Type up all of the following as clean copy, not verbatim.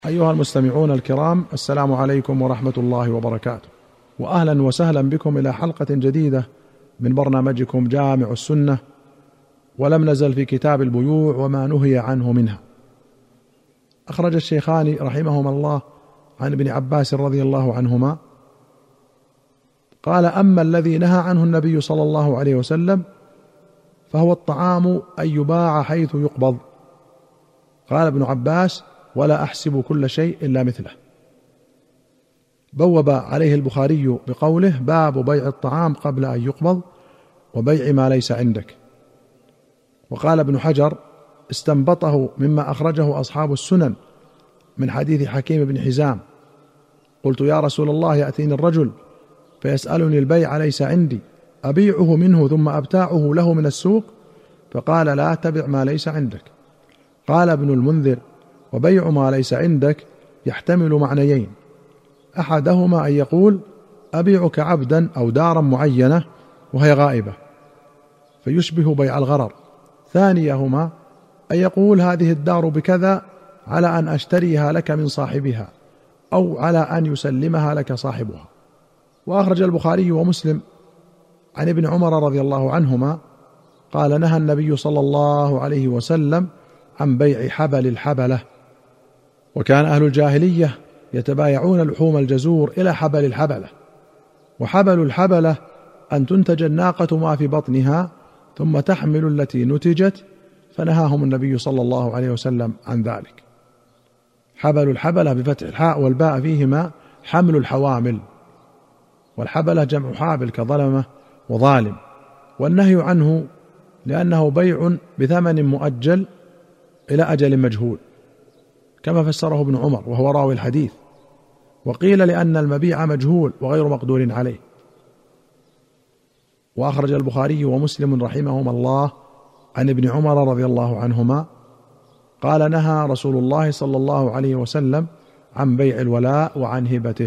أيها المستمعون الكرام، السلام عليكم ورحمة الله وبركاته، وأهلا وسهلا بكم إلى حلقة جديدة من برنامجكم جامع السنة، ولم نزل في كتاب البيوع وما نهي عنه منها. أخرج الشيخان رحمهما الله عن ابن عباس رضي الله عنهما قال: أما الذي نهى عنه النبي صلى الله عليه وسلم فهو الطعام أن يباع حيث يقبض. قال ابن عباس: ولا أحسب كل شيء إلا مثله. بوب عليه البخاري بقوله: باب بيع الطعام قبل أن يقبض وبيع ما ليس عندك. وقال ابن حجر: استنبطه مما أخرجه أصحاب السنن من حديث حكيم بن حزام: قلت يا رسول الله، يأتيني الرجل فيسألني البيع ليس عندي، أبيعه منه ثم أبتاعه له من السوق؟ فقال: لا تبع ما ليس عندك. قال ابن المنذر: وبيع ما ليس عندك يحتمل معنيين: أحدهما أن يقول أبيعك عبدا أو دارا معينة وهي غائبة فيشبه بيع الغرر. ثانيهما أن يقول هذه الدار بكذا على أن أشتريها لك من صاحبها، أو على أن يسلمها لك صاحبها. وأخرج البخاري ومسلم عن ابن عمر رضي الله عنهما قال: نهى النبي صلى الله عليه وسلم عن بيع حبل الحبلة. وكان أهل الجاهلية يتبايعون لحوم الجزور إلى حبل الحبلة. وحبل الحبلة أن تنتج الناقة ما في بطنها ثم تحمل التي نتجت، فنهاهم النبي صلى الله عليه وسلم عن ذلك. حبل الحبلة بفتح الحاء والباء فيهما حمل الحوامل، والحبلة جمع حابل كظلمة وظالم. والنهي عنه لأنه بيع بثمن مؤجل إلى أجل مجهول، كما فسره ابن عمر وهو راوي الحديث. وقيل لأن المبيع مجهول وغير مقدور عليه. وأخرج البخاري ومسلم رحمهما الله عن ابن عمر رضي الله عنهما قال: نهى رسول الله صلى الله عليه وسلم عن بيع الولاء وعن هبته.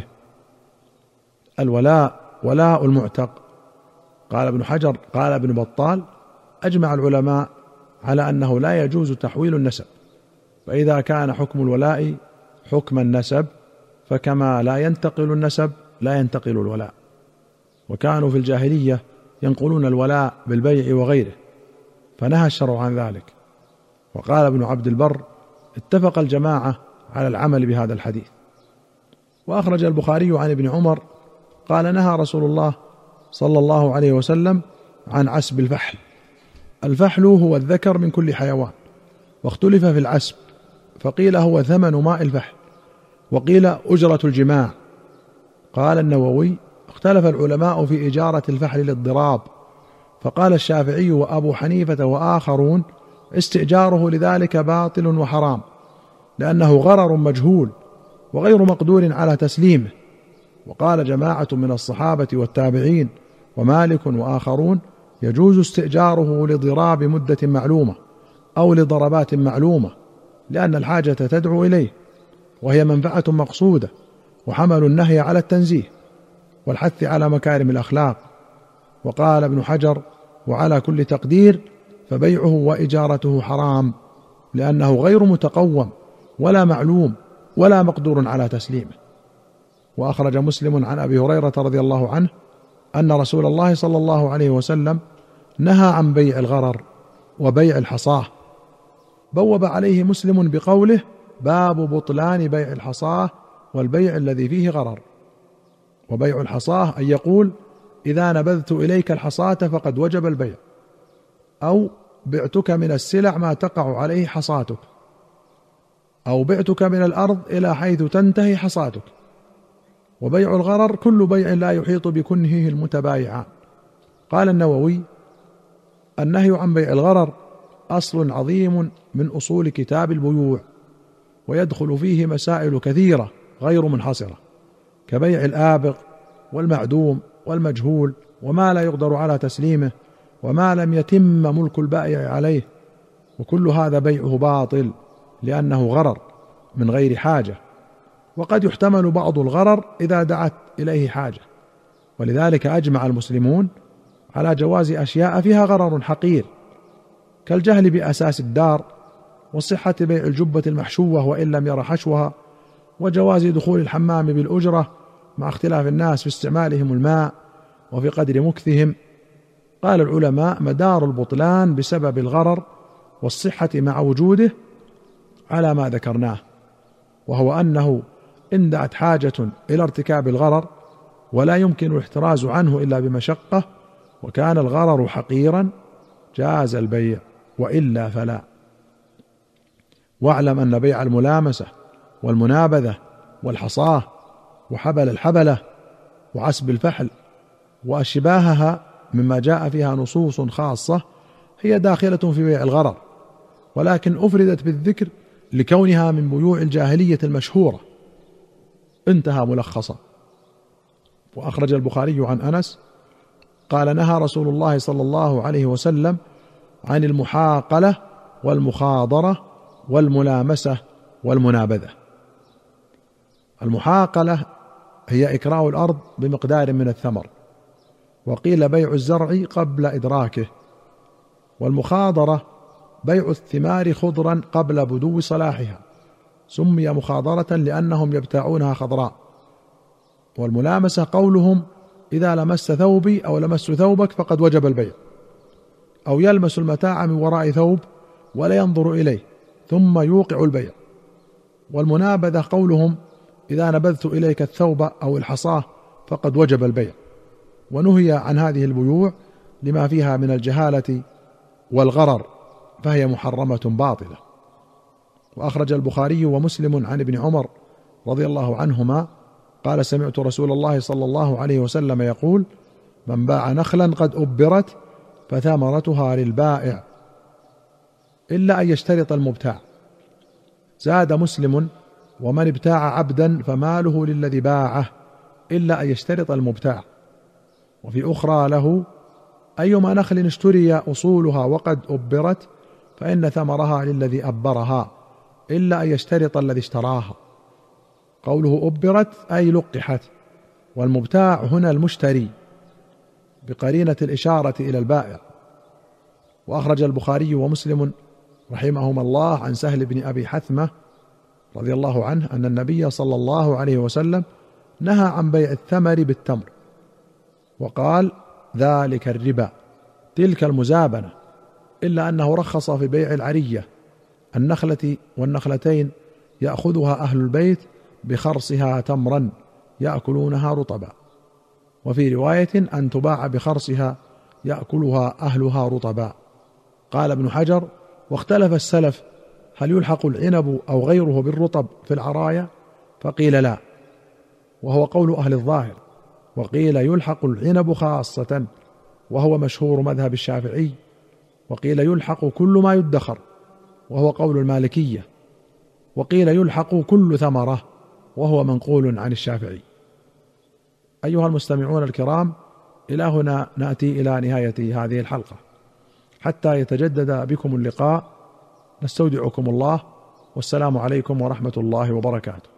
الولاء ولاء المعتق. قال ابن حجر: قال ابن بطال: أجمع العلماء على أنه لا يجوز تحويل النسب، فإذا كان حكم الولاء حكم النسب فكما لا ينتقل النسب لا ينتقل الولاء. وكانوا في الجاهلية ينقلون الولاء بالبيع وغيره، فنهى الشرع عن ذلك. وقال ابن عبد البر: اتفق الجماعة على العمل بهذا الحديث. وأخرج البخاري عن ابن عمر قال: نهى رسول الله صلى الله عليه وسلم عن عسب الفحل. الفحل هو الذكر من كل حيوان، واختلف في العسب، فقيل هو ثمن ماء الفحل، وقيل أجرة الجماع. قال النووي: اختلف العلماء في إجارة الفحل للضراب، فقال الشافعي وأبو حنيفة وآخرون استئجاره لذلك باطل وحرام، لأنه غرر مجهول وغير مقدور على تسليمه. وقال جماعة من الصحابة والتابعين ومالك وآخرون يجوز استئجاره لضراب مدة معلومة أو لضربات معلومة، لأن الحاجة تدعو إليه، وهي منفعة مقصودة، وحمل النهي على التنزيه والحث على مكارم الأخلاق. وقال ابن حجر: وعلى كل تقدير فبيعه وإجارته حرام، لأنه غير متقوم ولا معلوم ولا مقدور على تسليمه. وأخرج مسلم عن أبي هريرة رضي الله عنه أن رسول الله صلى الله عليه وسلم نهى عن بيع الغرر وبيع الحصاه. بوب عليه مسلم بقوله: باب بطلان بيع الحصاه والبيع الذي فيه غرر. وبيع الحصاه أن يقول: إذا نبذت إليك الحصاة فقد وجب البيع، أو بعتك من السلع ما تقع عليه حصاتك، أو بعتك من الأرض إلى حيث تنتهي حصاتك. وبيع الغرر كل بيع لا يحيط بكنهه المتبايعان. قال النووي: النهي عن بيع الغرر أصل عظيم من أصول كتاب البيوع، ويدخل فيه مسائل كثيرة غير منحصرة، كبيع الآبق والمعدوم والمجهول، وما لا يقدر على تسليمه، وما لم يتم ملك البائع عليه، وكل هذا بيعه باطل لأنه غرر من غير حاجة. وقد يحتمل بعض الغرر إذا دعت إليه حاجة، ولذلك أجمع المسلمون على جواز أشياء فيها غرر حقير، كالجهل بأساس الدار، وصحة بيع الجبة المحشوة وإن لم ير حشوها، وجواز دخول الحمام بالأجرة مع اختلاف الناس في استعمالهم الماء وفي قدر مكثهم. قال العلماء: مدار البطلان بسبب الغرر والصحة مع وجوده على ما ذكرناه، وهو أنه إن دعت حاجة إلى ارتكاب الغرر ولا يمكن الاحتراز عنه إلا بمشقة وكان الغرر حقيرا جاز البيع، وإلا فلا. واعلم أن بيع الملامسة والمنابذة والحصاة وحبل الحبلة وعسب الفحل وأشباهها مما جاء فيها نصوص خاصة هي داخلة في بيع الغرر، ولكن أفردت بالذكر لكونها من بيوع الجاهلية المشهورة. انتهى ملخصا. وأخرج البخاري عن أنس قال: نهى رسول الله صلى الله عليه وسلم عن المحاقلة والمخاضرة والملامسة والمنابذة. المحاقلة هي إكراء الأرض بمقدار من الثمر، وقيل بيع الزرع قبل إدراكه. والمخاضرة بيع الثمار خضرا قبل بدو صلاحها، سمي مخاضرة لأنهم يبتاعونها خضراء. والملامسة قولهم: إذا لمست ثوبي أو لمست ثوبك فقد وجب البيع، أو يلمس المتاع من وراء ثوب ولا ينظر إليه ثم يوقع البيع. والمنابذة قولهم: إذا نبذت إليك الثوب أو الحصاة فقد وجب البيع. ونهي عن هذه البيوع لما فيها من الجهالة والغرر، فهي محرمة باطلة. وأخرج البخاري ومسلم عن ابن عمر رضي الله عنهما قال: سمعت رسول الله صلى الله عليه وسلم يقول: من باع نخلا قد أبرت فثمرتها للبائع إلا أن يشترط المبتاع. زاد مسلم: ومن ابتاع عبدا فماله للذي باعه إلا أن يشترط المبتاع. وفي أخرى له: أيما نخل اشتري أصولها وقد أبرت فإن ثمرها للذي أبرها إلا أن يشترط الذي اشتراها. قوله أبرت أي لقحت، والمبتاع هنا المشتري بقرينة الإشارة إلى البائع. وأخرج البخاري ومسلم رحمهما الله عن سهل بن أبي حثمة رضي الله عنه أن النبي صلى الله عليه وسلم نهى عن بيع الثمر بالتمر، وقال: ذلك الربا، تلك المزابنة، إلا أنه رخص في بيع العرية، النخلة والنخلتين يأخذها أهل البيت بخرصها تمرا يأكلونها رطبا، وفي رواية أن تباع بخرصها يأكلها أهلها رطبا. قال ابن حجر: واختلف السلف هل يلحق العنب أو غيره بالرطب في العرايا؟ فقيل لا، وهو قول أهل الظاهر، وقيل يلحق العنب خاصة وهو مشهور مذهب الشافعي، وقيل يلحق كل ما يدخر وهو قول المالكية، وقيل يلحق كل ثمرة وهو منقول عن الشافعي. أيها المستمعون الكرام، إلى هنا نأتي إلى نهاية هذه الحلقة، حتى يتجدد بكم اللقاء نستودعكم الله، والسلام عليكم ورحمة الله وبركاته.